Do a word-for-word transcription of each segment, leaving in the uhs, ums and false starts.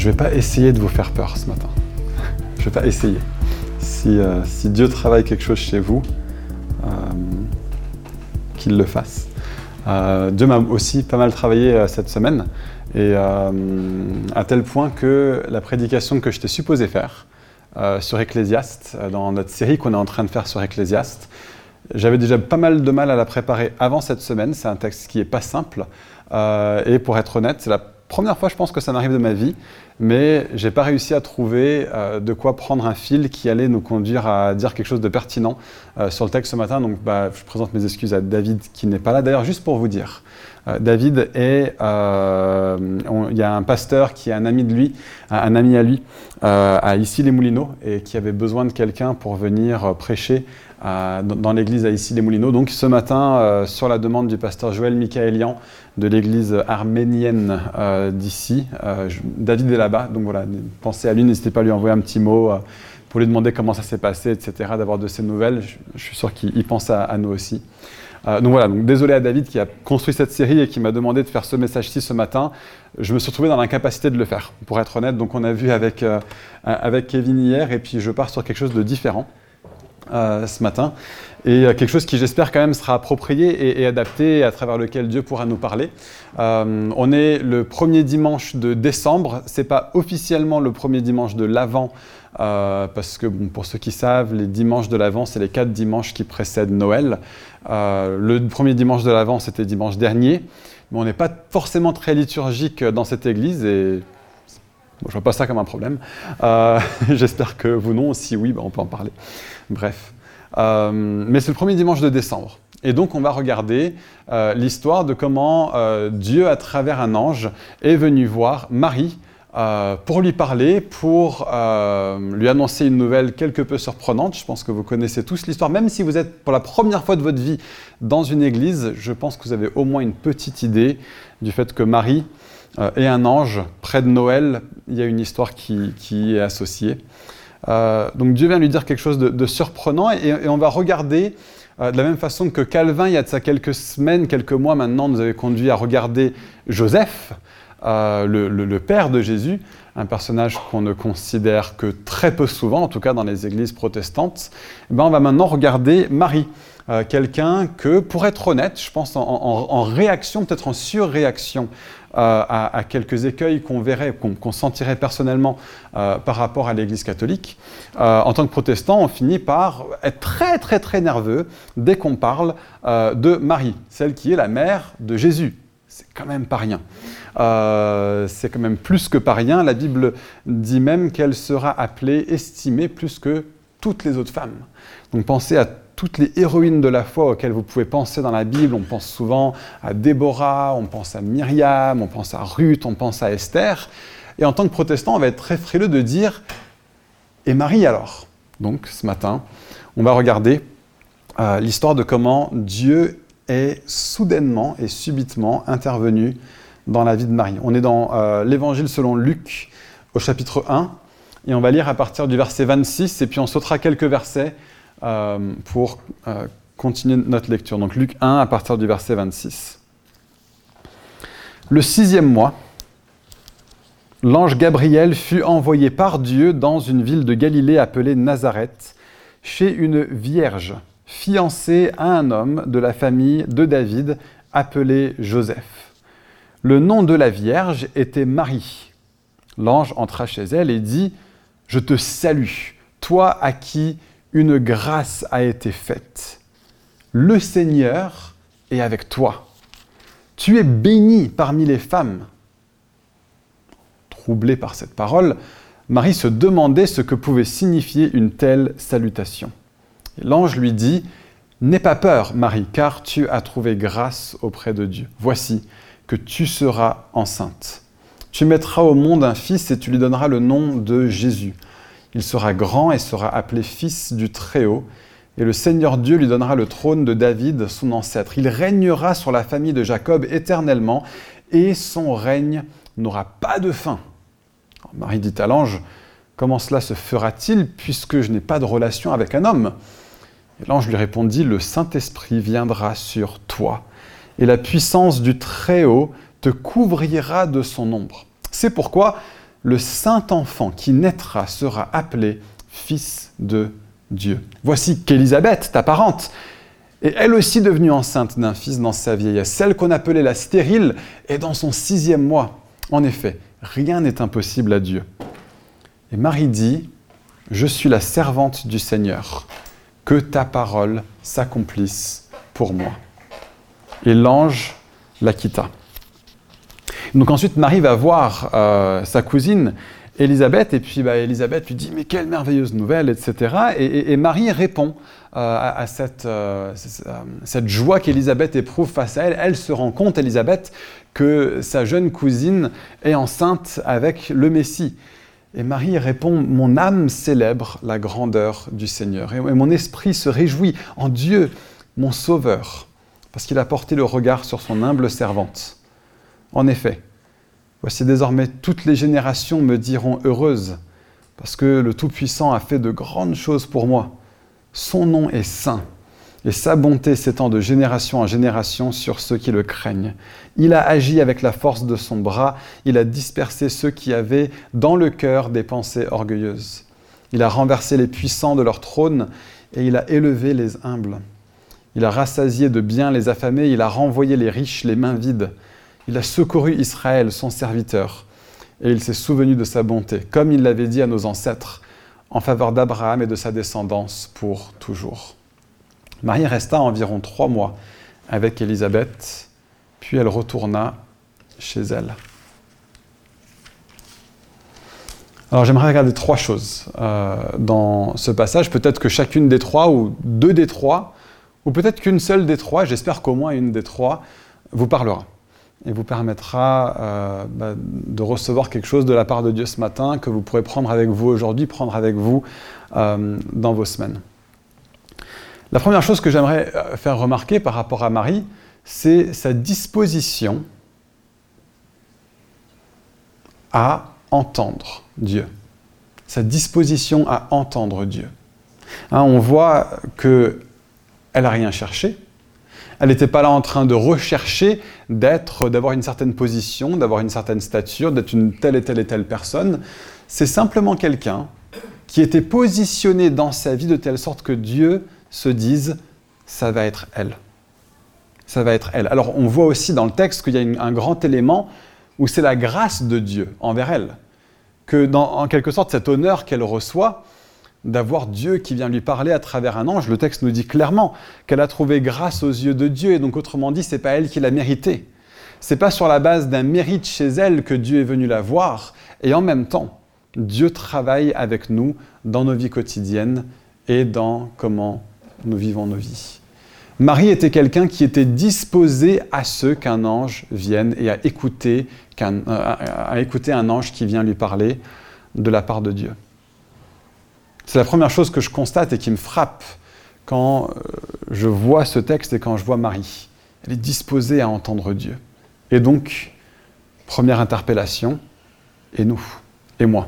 je ne vais pas essayer de vous faire peur ce matin. Je ne vais pas essayer. Si, euh, si Dieu travaille quelque chose chez vous, euh, qu'il le fasse. Euh, Dieu m'a aussi pas mal travaillé euh, cette semaine, et euh, à tel point que la prédication que je t'ai supposé faire euh, sur Ecclésiaste, euh, dans notre série qu'on est en train de faire sur Ecclésiaste, j'avais déjà pas mal de mal à la préparer avant cette semaine. C'est un texte qui n'est pas simple, euh, et pour être honnête, c'est la première fois je pense que ça m'arrive de ma vie, mais je n'ai pas réussi à trouver euh, de quoi prendre un fil qui allait nous conduire à dire quelque chose de pertinent euh, sur le texte ce matin. Donc bah, je présente mes excuses à David qui n'est pas là. D'ailleurs, juste pour vous dire, euh, David est, euh, on, il y a un pasteur qui est un ami de lui, un, un ami à lui, euh, à Issy-les-Moulineaux, et qui avait besoin de quelqu'un pour venir euh, prêcher euh, dans, dans l'église à Issy-les-Moulineaux. Donc ce matin, euh, sur la demande du pasteur Joël Michaélian de l'église arménienne euh, d'ici, euh, je, David est là-bas, donc voilà, pensez à lui, n'hésitez pas à lui envoyer un petit mot euh, pour lui demander comment ça s'est passé, et cetera, d'avoir de ses nouvelles. Je, je suis sûr qu'il pense à, à nous aussi. Euh, donc voilà, donc désolé à David qui a construit cette série et qui m'a demandé de faire ce message-ci ce matin. Je me suis retrouvé dans l'incapacité de le faire, pour être honnête. Donc on a vu avec, euh, avec Kevin hier, et puis je pars sur quelque chose de différent euh, ce matin. Et quelque chose qui, j'espère, quand même sera approprié et, et adapté, et à travers lequel Dieu pourra nous parler. Euh, on est le premier dimanche de décembre. Ce n'est pas officiellement le premier dimanche de l'Avent, euh, parce que, bon, pour ceux qui savent, les dimanches de l'Avent, c'est les quatre dimanches qui précèdent Noël. Euh, le premier dimanche de l'Avent, c'était dimanche dernier. Mais on n'est pas forcément très liturgique dans cette église, et bon, je ne vois pas ça comme un problème. Euh, j'espère que vous non. Si oui, ben on peut en parler. Bref. Euh, mais c'est le premier dimanche de décembre. Et donc on va regarder euh, l'histoire de comment euh, Dieu, à travers un ange, est venu voir Marie euh, pour lui parler, pour euh, lui annoncer une nouvelle quelque peu surprenante. Je pense que vous connaissez tous l'histoire. Même si vous êtes pour la première fois de votre vie dans une église, je pense que vous avez au moins une petite idée du fait que Marie euh, et un ange, près de Noël, il y a une histoire qui, qui est associée. Euh, donc Dieu vient lui dire quelque chose de, de surprenant, et, et on va regarder euh, de la même façon que Calvin, il y a de ça quelques semaines, quelques mois maintenant, nous avait conduit à regarder Joseph, euh, le, le, le père de Jésus, un personnage qu'on ne considère que très peu souvent, en tout cas dans les églises protestantes. Et ben on va maintenant regarder Marie, euh, quelqu'un que, pour être honnête, je pense en, en, en réaction, peut-être en surréaction, Euh, à, à quelques écueils qu'on verrait, qu'on, qu'on sentirait personnellement euh, par rapport à l'Église catholique. Euh, en tant que protestant, on finit par être très très très nerveux dès qu'on parle euh, de Marie, celle qui est la mère de Jésus. C'est quand même pas rien. Euh, c'est quand même plus que pas rien. La Bible dit même qu'elle sera appelée, estimée plus que toutes les autres femmes. Donc pensez à toutes les héroïnes de la foi auxquelles vous pouvez penser dans la Bible. On pense souvent à Déborah, on pense à Myriam, on pense à Ruth, on pense à Esther. Et en tant que protestant, on va être très frileux de dire « Et Marie alors ?» Donc ce matin, on va regarder euh, l'histoire de comment Dieu est soudainement et subitement intervenu dans la vie de Marie. On est dans euh, l'Évangile selon Luc au chapitre un, et on va lire à partir du verset vingt-six, et puis on sautera quelques versets Euh, pour euh, continuer notre lecture. Donc Luc un à partir du verset vingt-six. Le sixième mois, l'ange Gabriel fut envoyé par Dieu dans une ville de Galilée appelée Nazareth, chez une vierge, fiancée à un homme de la famille de David, appelé Joseph. Le nom de la vierge était Marie. L'ange entra chez elle et dit « Je te salue, toi à qui une grâce a été faite. Le Seigneur est avec toi. Tu es bénie parmi les femmes. » Troublée par cette parole, Marie se demandait ce que pouvait signifier une telle salutation. Et l'ange lui dit « N'aie pas peur, Marie, car tu as trouvé grâce auprès de Dieu. Voici que tu seras enceinte. Tu mettras au monde un fils et tu lui donneras le nom de Jésus. Il sera grand et sera appelé fils du Très-Haut, et le Seigneur Dieu lui donnera le trône de David, son ancêtre. Il régnera sur la famille de Jacob éternellement, et son règne n'aura pas de fin. » Marie dit à l'ange « Comment cela se fera-t-il, puisque je n'ai pas de relation avec un homme ?» Et l'ange lui répondit « Le Saint-Esprit viendra sur toi, et la puissance du Très-Haut te couvrira de son ombre. C'est pourquoi le saint enfant qui naîtra sera appelé Fils de Dieu. Voici qu'Élisabeth, ta parente, est elle aussi devenue enceinte d'un fils dans sa vieillesse. Celle qu'on appelait la stérile est dans son sixième mois. En effet, rien n'est impossible à Dieu. Et Marie dit, « Je suis la servante du Seigneur, que ta parole s'accomplisse pour moi. » Et l'ange la quitta. Donc ensuite, Marie va voir euh, sa cousine Élisabeth, et puis bah, Élisabeth lui dit « Mais quelle merveilleuse nouvelle !» et cetera. Et, et, et Marie répond euh, à, à cette, euh, cette joie qu'Élisabeth éprouve face à elle. Elle se rend compte, Élisabeth, que sa jeune cousine est enceinte avec le Messie. Et Marie répond « Mon âme célèbre la grandeur du Seigneur, et, et mon esprit se réjouit en Dieu, mon Sauveur, parce qu'il a porté le regard sur son humble servante. En effet, voici désormais toutes les générations me diront heureuse, parce que le Tout-Puissant a fait de grandes choses pour moi. Son nom est saint, et sa bonté s'étend de génération en génération sur ceux qui le craignent. Il a agi avec la force de son bras, il a dispersé ceux qui avaient dans le cœur des pensées orgueilleuses. Il a renversé les puissants de leur trône, et il a élevé les humbles. Il a rassasié de biens les affamés, il a renvoyé les riches les mains vides. Il a secouru Israël, son serviteur, et il s'est souvenu de sa bonté, comme il l'avait dit à nos ancêtres, en faveur d'Abraham et de sa descendance pour toujours. » Marie resta environ trois mois avec Élisabeth, puis elle retourna chez elle. Alors j'aimerais regarder trois choses euh, dans ce passage. Peut-être que chacune des trois, ou deux des trois, ou peut-être qu'une seule des trois, j'espère qu'au moins une des trois, vous parlera et vous permettra euh, bah, de recevoir quelque chose de la part de Dieu ce matin que vous pourrez prendre avec vous aujourd'hui, prendre avec vous euh, dans vos semaines. La première chose que j'aimerais faire remarquer par rapport à Marie, c'est sa disposition à entendre Dieu. Sa disposition à entendre Dieu. Hein, on voit qu'elle n'a rien cherché. Elle n'était pas là en train de rechercher d'être, d'avoir une certaine position, d'avoir une certaine stature, d'être une telle et telle et telle personne. C'est simplement quelqu'un qui était positionné dans sa vie de telle sorte que Dieu se dise « ça va être elle ». Ça va être elle. Alors on voit aussi dans le texte qu'il y a une, un grand élément où c'est la grâce de Dieu envers elle. Que dans, en quelque sorte, cet honneur qu'elle reçoit, d'avoir Dieu qui vient lui parler à travers un ange, le texte nous dit clairement qu'elle a trouvé grâce aux yeux de Dieu, et donc autrement dit, c'est pas elle qui l'a mérité. C'est pas sur la base d'un mérite chez elle que Dieu est venu la voir, et en même temps, Dieu travaille avec nous dans nos vies quotidiennes et dans comment nous vivons nos vies. Marie était quelqu'un qui était disposé à ce qu'un ange vienne et à écouter, qu'un, à, à écouter un ange qui vient lui parler de la part de Dieu. C'est la première chose que je constate et qui me frappe quand je vois ce texte et quand je vois Marie. Elle est disposée à entendre Dieu. Et donc, première interpellation, et nous, et moi.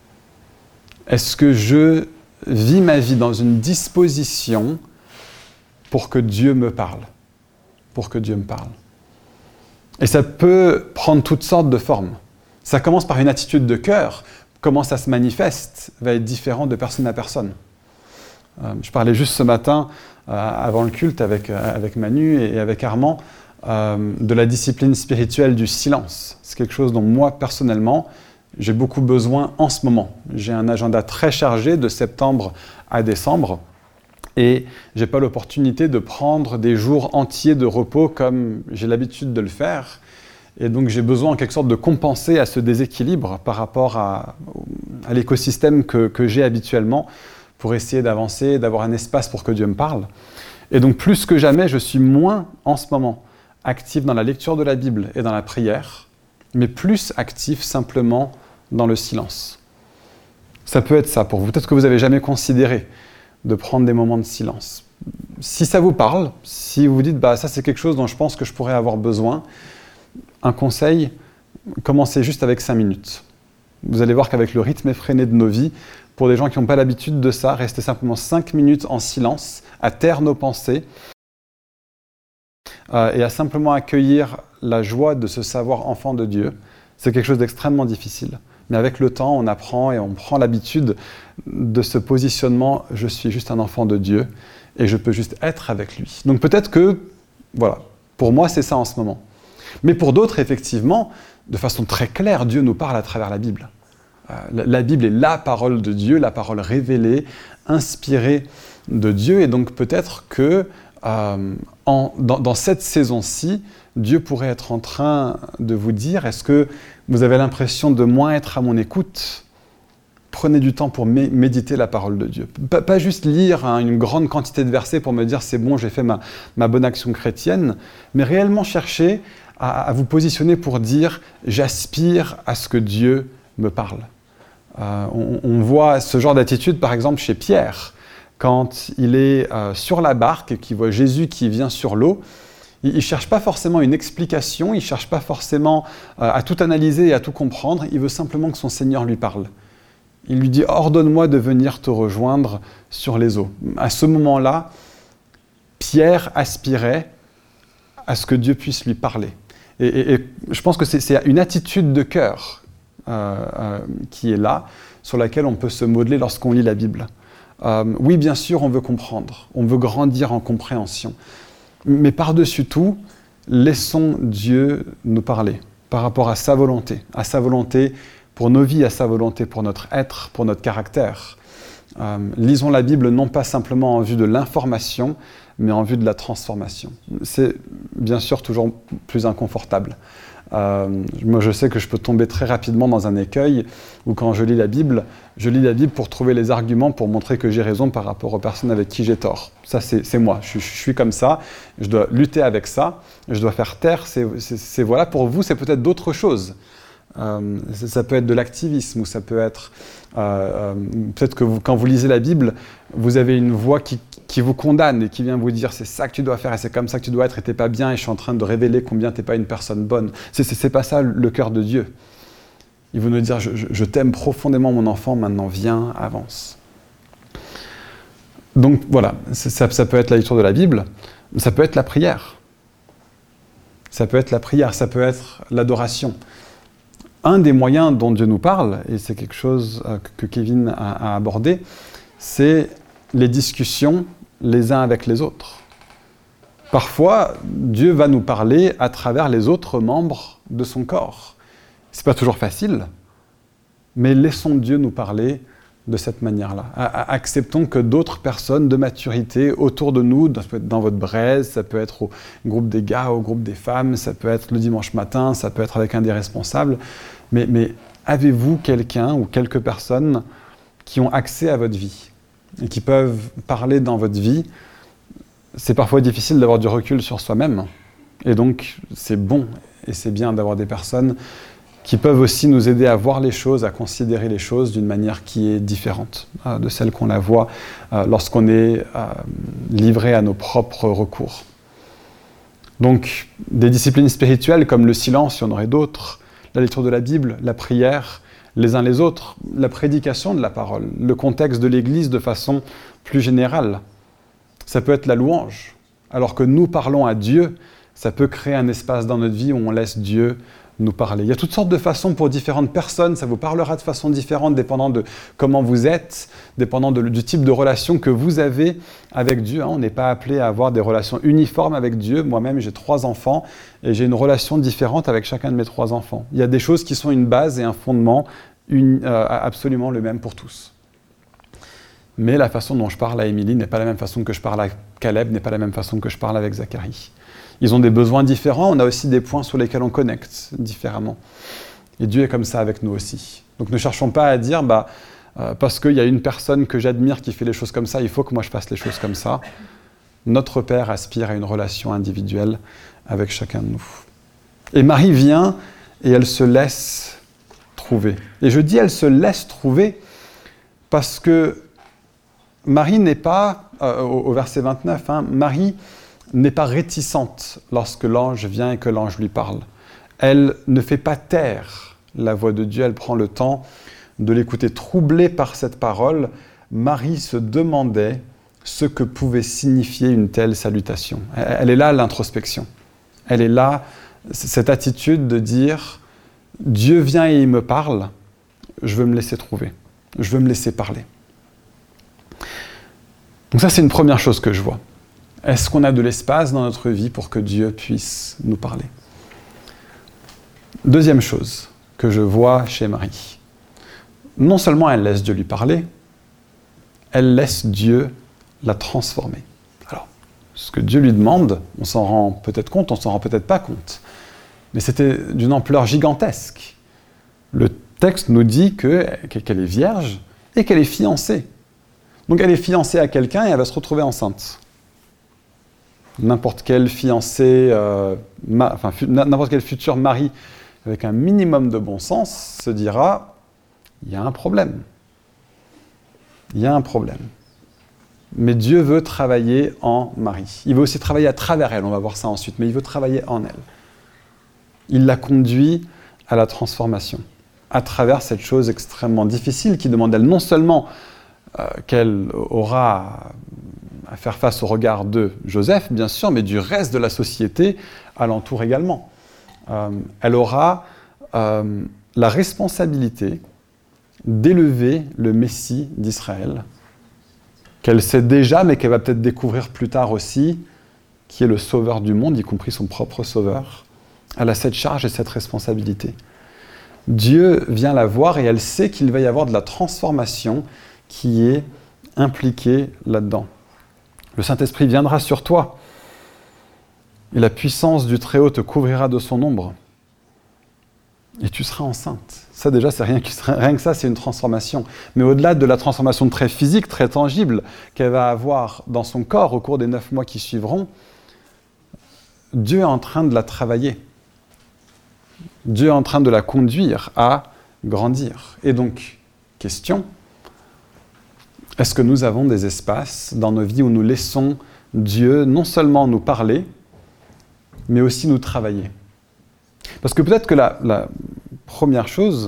Est-ce que je vis ma vie dans une disposition pour que Dieu me parle, pour que Dieu me parle. Et ça peut prendre toutes sortes de formes. Ça commence par une attitude de cœur. Comment ça se manifeste va être différent de personne à personne. Euh, je parlais juste ce matin, euh, avant le culte, avec, euh, avec Manu et, et avec Armand, euh, de la discipline spirituelle du silence. C'est quelque chose dont moi, personnellement, j'ai beaucoup besoin en ce moment. J'ai un agenda très chargé de septembre à décembre. Et je n'ai pas l'opportunité de prendre des jours entiers de repos comme j'ai l'habitude de le faire. Et donc j'ai besoin en quelque sorte de compenser à ce déséquilibre par rapport à, à l'écosystème que, que j'ai habituellement pour essayer d'avancer, d'avoir un espace pour que Dieu me parle. Et donc plus que jamais, je suis moins en ce moment actif dans la lecture de la Bible et dans la prière, mais plus actif simplement dans le silence. Ça peut être ça pour vous. Peut-être que vous n'avez jamais considéré de prendre des moments de silence. Si ça vous parle, si vous vous dites bah, « ça c'est quelque chose dont je pense que je pourrais avoir besoin », un conseil, commencez juste avec cinq minutes. Vous allez voir qu'avec le rythme effréné de nos vies, pour des gens qui n'ont pas l'habitude de ça, rester simplement cinq minutes en silence, à taire nos pensées, euh, et à simplement accueillir la joie de se savoir enfant de Dieu, c'est quelque chose d'extrêmement difficile. Mais avec le temps, on apprend et on prend l'habitude de ce positionnement « je suis juste un enfant de Dieu et je peux juste être avec lui ». Donc peut-être que, voilà, pour moi c'est ça en ce moment. Mais pour d'autres, effectivement, de façon très claire, Dieu nous parle à travers la Bible. Euh, la, la Bible est la parole de Dieu, la parole révélée, inspirée de Dieu. Et donc peut-être que euh, en, dans, dans cette saison-ci, Dieu pourrait être en train de vous dire, est-ce que vous avez l'impression de moins être à mon écoute ? Prenez du temps pour mé- méditer la parole de Dieu. Pas, pas juste lire hein, une grande quantité de versets pour me dire c'est bon, j'ai fait ma, ma bonne action chrétienne, mais réellement chercher à, à vous positionner pour dire j'aspire à ce que Dieu me parle. Euh, on, on voit ce genre d'attitude par exemple chez Pierre, quand il est euh, sur la barque et qu'il voit Jésus qui vient sur l'eau. Il ne cherche pas forcément une explication, il ne cherche pas forcément euh, à tout analyser et à tout comprendre, il veut simplement que son Seigneur lui parle. Il lui dit « Ordonne-moi de venir te rejoindre sur les eaux ». À ce moment-là, Pierre aspirait à ce que Dieu puisse lui parler. Et, et, et je pense que c'est, c'est une attitude de cœur euh, euh, qui est là, sur laquelle on peut se modeler lorsqu'on lit la Bible. Euh, oui, bien sûr, on veut comprendre, on veut grandir en compréhension. Mais par-dessus tout, laissons Dieu nous parler par rapport à sa volonté, à sa volonté pour nos vies, à sa volonté pour notre être, pour notre caractère. Euh, lisons la Bible non pas simplement en vue de l'information, mais en vue de la transformation. C'est bien sûr toujours plus inconfortable. Euh, moi, je sais que je peux tomber très rapidement dans un écueil où quand je lis la Bible, je lis la Bible pour trouver les arguments pour montrer que j'ai raison par rapport aux personnes avec qui j'ai tort. Ça, c'est, c'est moi. Je, je suis comme ça. Je dois lutter avec ça. Je dois faire taire. C'est, c'est, c'est voilà. Pour vous, c'est peut-être d'autres choses. Euh, ça, ça peut être de l'activisme ou ça peut être euh, euh, peut-être que vous, quand vous lisez la Bible, vous avez une voix qui, qui vous condamne et qui vient vous dire c'est ça que tu dois faire et c'est comme ça que tu dois être et t'es pas bien et je suis en train de révéler combien t'es pas une personne bonne. C'est, c'est, c'est pas ça le cœur de Dieu. Il veut nous dire je, je, je t'aime profondément mon enfant, maintenant viens, avance. Donc voilà, ça, ça peut être la lecture de la Bible, ça peut être la prière. Ça peut être la prière, ça peut être l'adoration. Un des moyens dont Dieu nous parle, et c'est quelque chose que Kevin a, a abordé, c'est les discussions les uns avec les autres. Parfois, Dieu va nous parler à travers les autres membres de son corps. C'est pas toujours facile, mais laissons Dieu nous parler de cette manière-là. Acceptons que d'autres personnes de maturité autour de nous, ça peut être dans votre braise, ça peut être au groupe des gars, au groupe des femmes, ça peut être le dimanche matin, ça peut être avec un des responsables, mais, mais avez-vous quelqu'un ou quelques personnes qui ont accès à votre vie et qui peuvent parler dans votre vie? C'est parfois difficile d'avoir du recul sur soi-même, et donc c'est bon et c'est bien d'avoir des personnes qui peuvent aussi nous aider à voir les choses, à considérer les choses d'une manière qui est différente euh, de celle qu'on la voit euh, lorsqu'on est euh, livré à nos propres recours. Donc, des disciplines spirituelles comme le silence, il y en aurait d'autres, la lecture de la Bible, la prière, les uns les autres, la prédication de la parole, le contexte de l'Église de façon plus générale. Ça peut être la louange. Alors que nous parlons à Dieu, ça peut créer un espace dans notre vie où on laisse Dieu nous parler. Il y a toutes sortes de façons pour différentes personnes, ça vous parlera de façon différente dépendant de comment vous êtes, dépendant de, du type de relation que vous avez avec Dieu. Hein. On n'est pas appelé à avoir des relations uniformes avec Dieu. Moi-même, j'ai trois enfants et j'ai une relation différente avec chacun de mes trois enfants. Il y a des choses qui sont une base et un fondement une, euh, absolument le même pour tous. Mais la façon dont je parle à Émilie n'est pas la même façon que je parle à Caleb, n'est pas la même façon que je parle avec Zacharie. Ils ont des besoins différents, on a aussi des points sur lesquels on connecte différemment. Et Dieu est comme ça avec nous aussi. Donc ne cherchons pas à dire, bah, euh, parce qu'il y a une personne que j'admire qui fait les choses comme ça, il faut que moi je fasse les choses comme ça. Notre Père aspire à une relation individuelle avec chacun de nous. Et Marie vient et elle se laisse trouver. Et je dis elle se laisse trouver parce que Marie n'est pas, euh, au, au verset vingt-neuf, hein, Marie n'est pas réticente lorsque l'ange vient et que l'ange lui parle. Elle ne fait pas taire la voix de Dieu, elle prend le temps de l'écouter. Troublée par cette parole, Marie se demandait ce que pouvait signifier une telle salutation. Elle est là, l'introspection. Elle est là, cette attitude de dire « Dieu vient et il me parle, je veux me laisser trouver, je veux me laisser parler. Donc ça, c'est une première chose que je vois. Est-ce qu'on a de l'espace dans notre vie pour que Dieu puisse nous parler ? Deuxième chose que je vois chez Marie, non seulement elle laisse Dieu lui parler, elle laisse Dieu la transformer. Alors, ce que Dieu lui demande, on s'en rend peut-être compte, on s'en rend peut-être pas compte, mais c'était d'une ampleur gigantesque. Le texte nous dit que, qu'elle est vierge et qu'elle est fiancée. Donc elle est fiancée à quelqu'un et elle va se retrouver enceinte. N'importe quel fiancé, euh, ma, enfin fu, n'importe quel futur mari avec un minimum de bon sens se dira « il y a un problème. Il y a un problème. » Mais Dieu veut travailler en Marie. Il veut aussi travailler à travers elle, on va voir ça ensuite, mais il veut travailler en elle. Il la conduit à la transformation, à travers cette chose extrêmement difficile qui demande d'elle non seulement euh, qu'elle aura à faire face au regard de Joseph, bien sûr, mais du reste de la société alentour également. Euh, elle aura euh, la responsabilité d'élever le Messie d'Israël, qu'elle sait déjà, mais qu'elle va peut-être découvrir plus tard aussi, qui est le sauveur du monde, y compris son propre sauveur. Elle a cette charge et cette responsabilité. Dieu vient la voir et elle sait qu'il va y avoir de la transformation qui est impliquée là-dedans. Le Saint-Esprit viendra sur toi et la puissance du Très-Haut te couvrira de son ombre et tu seras enceinte. Ça déjà, c'est rien que, rien que ça, c'est une transformation. Mais au-delà de la transformation très physique, très tangible qu'elle va avoir dans son corps au cours des neuf mois qui suivront, Dieu est en train de la travailler. Dieu est en train de la conduire à grandir. Et donc, question, est-ce que nous avons des espaces dans nos vies où nous laissons Dieu non seulement nous parler, mais aussi nous travailler ? Parce que peut-être que la, la première chose,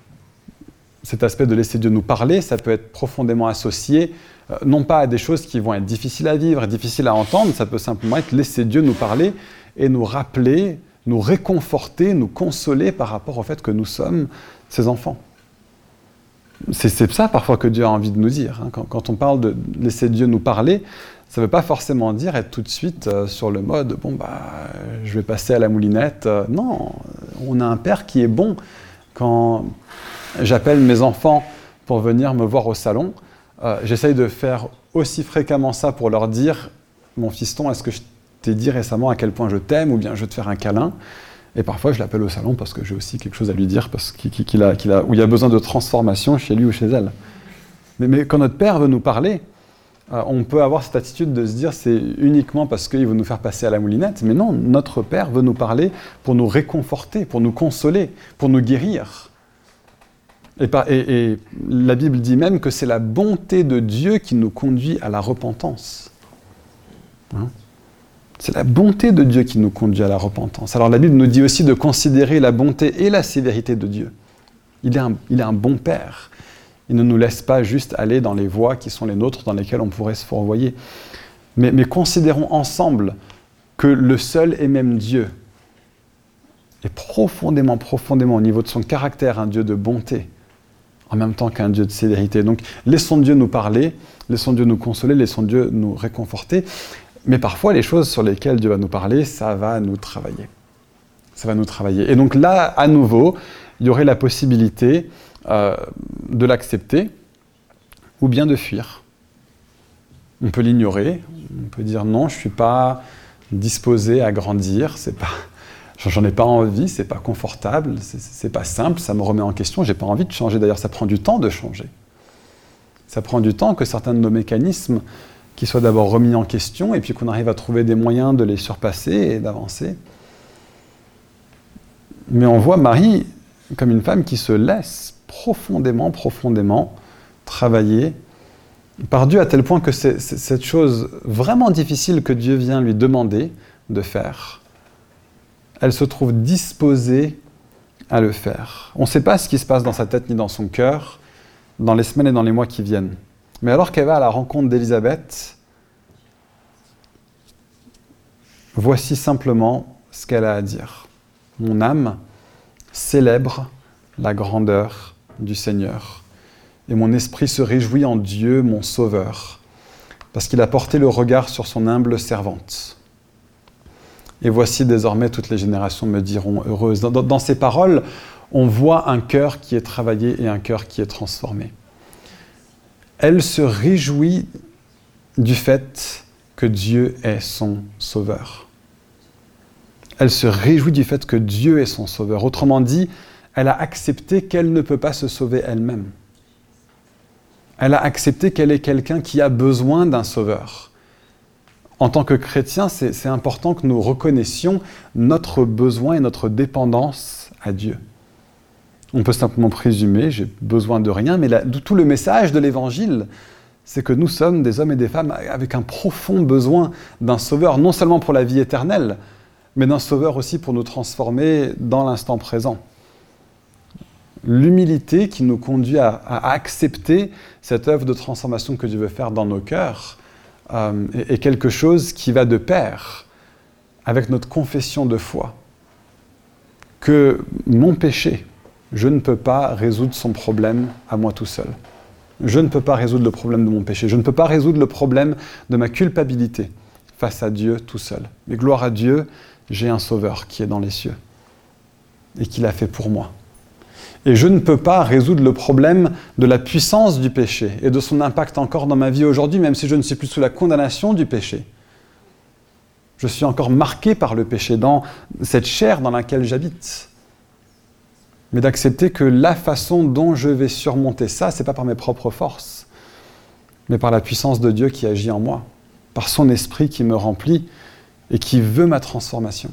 cet aspect de laisser Dieu nous parler, ça peut être profondément associé, euh, non pas à des choses qui vont être difficiles à vivre, difficiles à entendre, ça peut simplement être laisser Dieu nous parler et nous rappeler, nous réconforter, nous consoler par rapport au fait que nous sommes ses enfants. C'est, c'est ça parfois que Dieu a envie de nous dire. Hein. Quand, quand on parle de laisser Dieu nous parler, ça ne veut pas forcément dire être tout de suite euh, sur le mode « bon, bah, je vais passer à la moulinette euh, ». Non, on a un Père qui est bon. Quand j'appelle mes enfants pour venir me voir au salon, euh, j'essaye de faire aussi fréquemment ça pour leur dire « mon fiston, est-ce que je t'ai dit récemment à quel point je t'aime ou bien je veux te faire un câlin ?» Et parfois, je l'appelle au salon parce que j'ai aussi quelque chose à lui dire, parce qu'il, qu'il a, qu'il a, où il y a besoin de transformation chez lui ou chez elle. Mais, mais quand notre Père veut nous parler, euh, on peut avoir cette attitude de se dire c'est uniquement parce qu'il veut nous faire passer à la moulinette. Mais non, notre Père veut nous parler pour nous réconforter, pour nous consoler, pour nous guérir. Et, par, et, et la Bible dit même que c'est la bonté de Dieu qui nous conduit à la repentance. Hein ? C'est la bonté de Dieu qui nous conduit à la repentance. Alors la Bible nous dit aussi de considérer la bonté et la sévérité de Dieu. Il est un, il est un bon Père. Il ne nous laisse pas juste aller dans les voies qui sont les nôtres, dans lesquelles on pourrait se fourvoyer. Mais, mais considérons ensemble que le seul et même Dieu est profondément, profondément, au niveau de son caractère, un Dieu de bonté, en même temps qu'un Dieu de sévérité. Donc laissons Dieu nous parler, laissons Dieu nous consoler, laissons Dieu nous réconforter. Mais parfois, les choses sur lesquelles Dieu va nous parler, ça va nous travailler. Ça va nous travailler. Et donc là, à nouveau, il y aurait la possibilité euh, de l'accepter ou bien de fuir. On peut l'ignorer, on peut dire non, je ne suis pas disposé à grandir, c'est pas, j'en ai pas envie, c'est pas confortable, c'est, c'est pas simple, ça me remet en question, j'ai pas envie de changer. D'ailleurs, ça prend du temps de changer. Ça prend du temps que certains de nos mécanismes qui soient d'abord remis en question et puis qu'on arrive à trouver des moyens de les surpasser et d'avancer. Mais on voit Marie comme une femme qui se laisse profondément, profondément travailler par Dieu à tel point que c'est, c'est cette chose vraiment difficile que Dieu vient lui demander de faire, elle se trouve disposée à le faire. On ne sait pas ce qui se passe dans sa tête ni dans son cœur dans les semaines et dans les mois qui viennent. Mais alors qu'elle va à la rencontre d'Élisabeth, voici simplement ce qu'elle a à dire. Mon âme célèbre la grandeur du Seigneur, et mon esprit se réjouit en Dieu, mon Sauveur, parce qu'il a porté le regard sur son humble servante. Et voici désormais toutes les générations me diront heureuse. Dans, dans, dans ces paroles, on voit un cœur qui est travaillé et un cœur qui est transformé. Elle se réjouit du fait que Dieu est son Sauveur. Elle se réjouit du fait que Dieu est son Sauveur. Autrement dit, elle a accepté qu'elle ne peut pas se sauver elle-même. Elle a accepté qu'elle est quelqu'un qui a besoin d'un Sauveur. En tant que chrétien, c'est, c'est important que nous reconnaissions notre besoin et notre dépendance à Dieu. On peut simplement présumer, j'ai besoin de rien, mais la, tout le message de l'Évangile, c'est que nous sommes des hommes et des femmes avec un profond besoin d'un Sauveur, non seulement pour la vie éternelle, mais d'un Sauveur aussi pour nous transformer dans l'instant présent. L'humilité qui nous conduit à, à accepter cette œuvre de transformation que Dieu veut faire dans nos cœurs euh, est, est quelque chose qui va de pair avec notre confession de foi. Que mon péché, je ne peux pas résoudre son problème à moi tout seul. Je ne peux pas résoudre le problème de mon péché. Je ne peux pas résoudre le problème de ma culpabilité face à Dieu tout seul. Mais gloire à Dieu, j'ai un Sauveur qui est dans les cieux et qui l'a fait pour moi. Et je ne peux pas résoudre le problème de la puissance du péché et de son impact encore dans ma vie aujourd'hui, même si je ne suis plus sous la condamnation du péché. Je suis encore marqué par le péché dans cette chair dans laquelle j'habite. Mais d'accepter que la façon dont je vais surmonter ça, ce n'est pas par mes propres forces, mais par la puissance de Dieu qui agit en moi, par son esprit qui me remplit et qui veut ma transformation.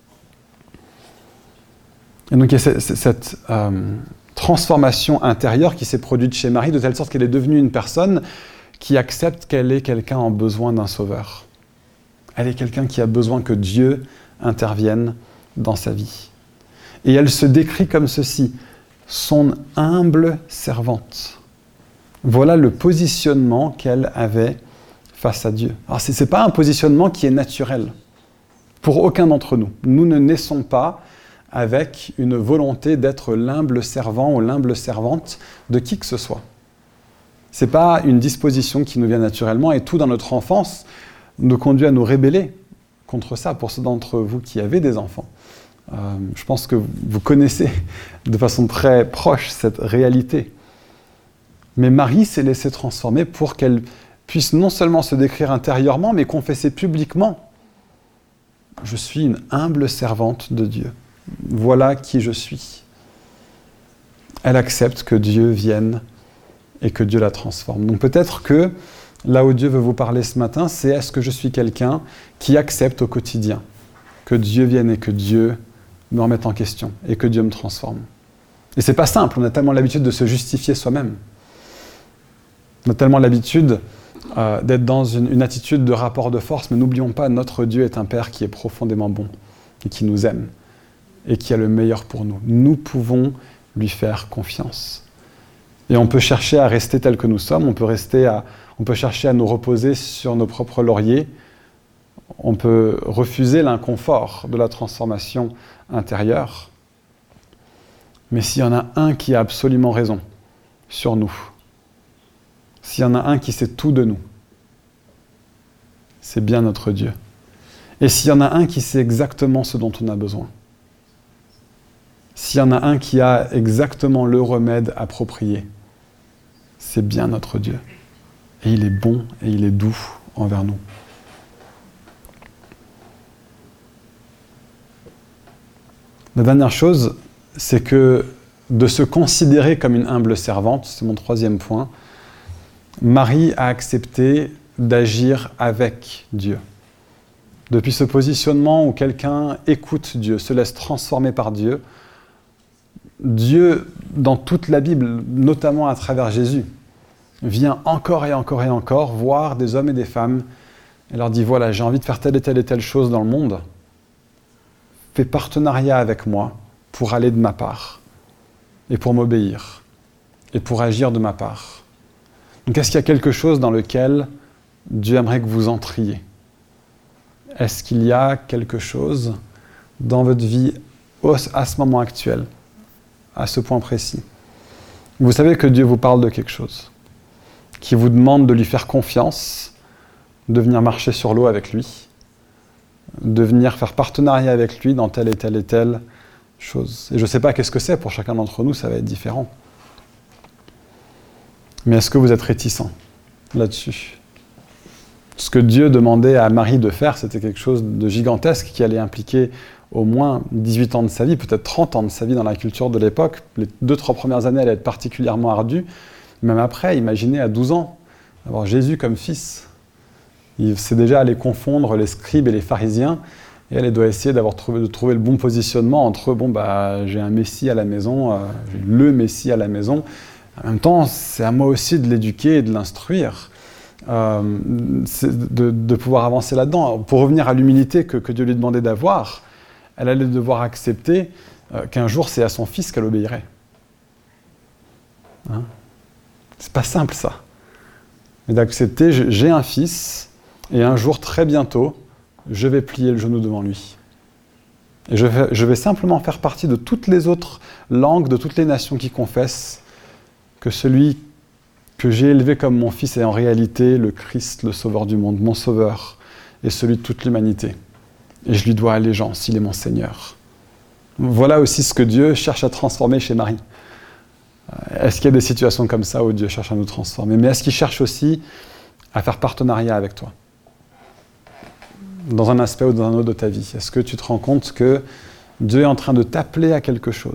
Et donc il y a cette, cette euh, transformation intérieure qui s'est produite chez Marie, de telle sorte qu'elle est devenue une personne qui accepte qu'elle est quelqu'un en besoin d'un Sauveur. Elle est quelqu'un qui a besoin que Dieu intervienne dans sa vie. Et elle se décrit comme ceci, son humble servante. Voilà le positionnement qu'elle avait face à Dieu. Alors ce n'est pas un positionnement qui est naturel pour aucun d'entre nous. Nous ne naissons pas avec une volonté d'être l'humble servant ou l'humble servante de qui que ce soit. Ce n'est pas une disposition qui nous vient naturellement et tout dans notre enfance nous conduit à nous rébeller contre ça. Pour ceux d'entre vous qui avez des enfants, euh, je pense que vous connaissez de façon très proche cette réalité. Mais Marie s'est laissée transformer pour qu'elle puisse non seulement se décrire intérieurement, mais confesser publiquement « Je suis une humble servante de Dieu. Voilà qui je suis. » Elle accepte que Dieu vienne et que Dieu la transforme. Donc peut-être que là où Dieu veut vous parler ce matin, c'est est-ce que je suis quelqu'un qui accepte au quotidien que Dieu vienne et que Dieu me remette en question et que Dieu me transforme. Et c'est pas simple, on a tellement l'habitude de se justifier soi-même. On a tellement l'habitude euh, d'être dans une, une attitude de rapport de force, mais n'oublions pas, notre Dieu est un Père qui est profondément bon et qui nous aime et qui a le meilleur pour nous. Nous pouvons lui faire confiance. Et on peut chercher à rester tel que nous sommes, on peut, rester à, on peut chercher à nous reposer sur nos propres lauriers, on peut refuser l'inconfort de la transformation intérieure. Mais s'il y en a un qui a absolument raison sur nous, s'il y en a un qui sait tout de nous, c'est bien notre Dieu. Et s'il y en a un qui sait exactement ce dont on a besoin, s'il y en a un qui a exactement le remède approprié, c'est bien notre Dieu. Et il est bon et il est doux envers nous. La dernière chose, c'est que de se considérer comme une humble servante, c'est mon troisième point, Marie a accepté d'agir avec Dieu. Depuis ce positionnement où quelqu'un écoute Dieu, se laisse transformer par Dieu, Dieu, dans toute la Bible, notamment à travers Jésus, vient encore et encore et encore voir des hommes et des femmes et leur dit « Voilà, j'ai envie de faire telle et telle et telle chose dans le monde. Fais partenariat avec moi pour aller de ma part et pour m'obéir et pour agir de ma part. » Donc est-ce qu'il y a quelque chose dans lequel Dieu aimerait que vous entriez? Est-ce qu'il y a quelque chose dans votre vie à ce moment actuel, à ce point précis, Vous savez que Dieu vous parle de quelque chose, qui vous demande de lui faire confiance, de venir marcher sur l'eau avec lui, de venir faire partenariat avec lui dans telle et telle et telle chose. Et je ne sais pas qu'est-ce que c'est, pour chacun d'entre nous, ça va être différent. Mais est-ce que vous êtes réticents là-dessus ? Ce que Dieu demandait à Marie de faire, c'était quelque chose de gigantesque qui allait impliquer au moins dix-huit ans de sa vie, peut-être trente ans de sa vie dans la culture de l'époque. Les deux, trois premières années allaient être particulièrement ardues. Même après, imaginez à douze ans, avoir Jésus comme fils. Il s'est déjà allé confondre les scribes et les pharisiens, et elle doit essayer d'avoir trouvé, de trouver le bon positionnement entre, bon, bah, j'ai un Messie à la maison, euh, j'ai le Messie à la maison. En même temps, c'est à moi aussi de l'éduquer et de l'instruire, euh, de, de pouvoir avancer là-dedans. Pour revenir à l'humilité que, que Dieu lui demandait d'avoir, elle allait devoir accepter euh, qu'un jour, c'est à son fils qu'elle obéirait. Hein ? C'est pas simple, ça. Mais d'accepter, j'ai un fils, et un jour, très bientôt, je vais plier le genou devant lui. Et je vais, je vais simplement faire partie de toutes les autres langues, de toutes les nations qui confessent que celui que j'ai élevé comme mon fils est en réalité le Christ, le Sauveur du monde, mon Sauveur, et celui de toute l'humanité. Et je lui dois allégeance, il est mon Seigneur. Voilà aussi ce que Dieu cherche à transformer chez Marie. Est-ce qu'il y a des situations comme ça où Dieu cherche à nous transformer ? Mais est-ce qu'il cherche aussi à faire partenariat avec toi ? Dans un aspect ou dans un autre de ta vie. Est-ce que tu te rends compte que Dieu est en train de t'appeler à quelque chose ?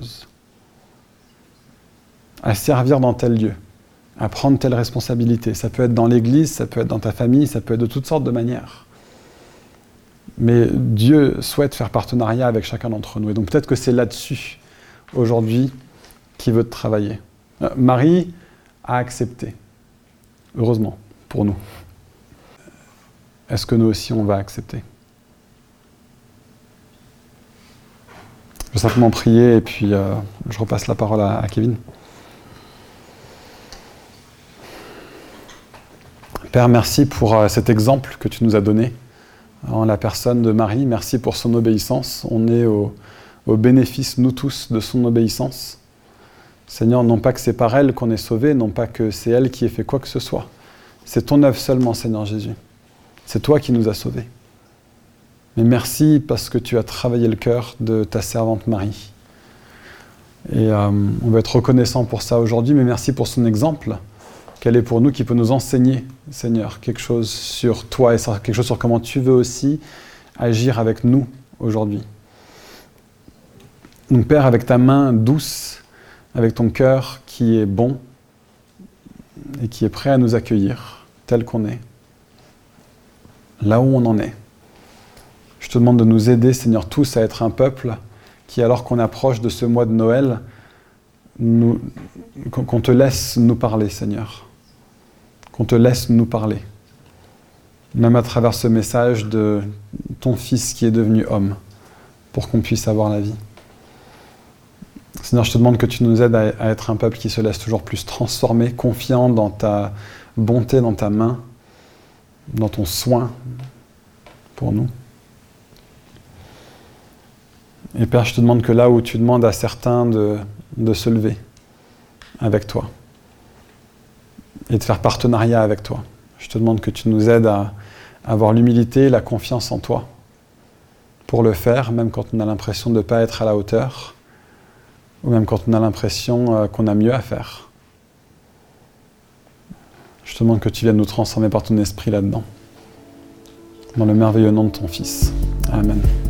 À servir dans tel lieu, à prendre telle responsabilité. Ça peut être dans l'église, ça peut être dans ta famille, ça peut être de toutes sortes de manières. Mais Dieu souhaite faire partenariat avec chacun d'entre nous. Et donc peut-être que c'est là-dessus, aujourd'hui, qu'il veut te travailler. Euh, Marie a accepté. Heureusement, pour nous. Est-ce que nous aussi, on va accepter ? Je vais simplement prier et puis euh, je repasse la parole à, à Kevin. Père, merci pour euh, cet exemple que tu nous as donné en la personne de Marie. Merci pour son obéissance. On est au, au bénéfice, nous tous, de son obéissance. Seigneur, non pas que c'est par elle qu'on est sauvé, non pas que c'est elle qui ait fait quoi que ce soit. C'est ton œuvre seulement, Seigneur Jésus. C'est toi qui nous as sauvés. Mais merci parce que tu as travaillé le cœur de ta servante Marie. Et euh, on va être reconnaissant pour ça aujourd'hui, mais merci pour son exemple, qu'elle est pour nous, qui peut nous enseigner, Seigneur, quelque chose sur toi et quelque chose sur comment tu veux aussi agir avec nous aujourd'hui. Donc Père, avec ta main douce, avec ton cœur qui est bon et qui est prêt à nous accueillir tel qu'on est, là où on en est. Je te demande de nous aider, Seigneur, tous à être un peuple qui, alors qu'on approche de ce mois de Noël, nous, qu'on te laisse nous parler, Seigneur. Qu'on te laisse nous parler. Même à travers ce message de ton Fils qui est devenu homme, pour qu'on puisse avoir la vie. Seigneur, je te demande que tu nous aides à, à être un peuple qui se laisse toujours plus transformer, confiant dans ta bonté, dans ta main, dans ton soin pour nous. Et Père, je te demande que là où tu demandes à certains de, de se lever avec toi et de faire partenariat avec toi, je te demande que tu nous aides à, à avoir l'humilité, la confiance en toi pour le faire, même quand on a l'impression de ne pas être à la hauteur ou même quand on a l'impression qu'on a mieux à faire. Je te demande que tu viennes nous transformer par ton esprit là-dedans. Dans le merveilleux nom de ton Fils. Amen.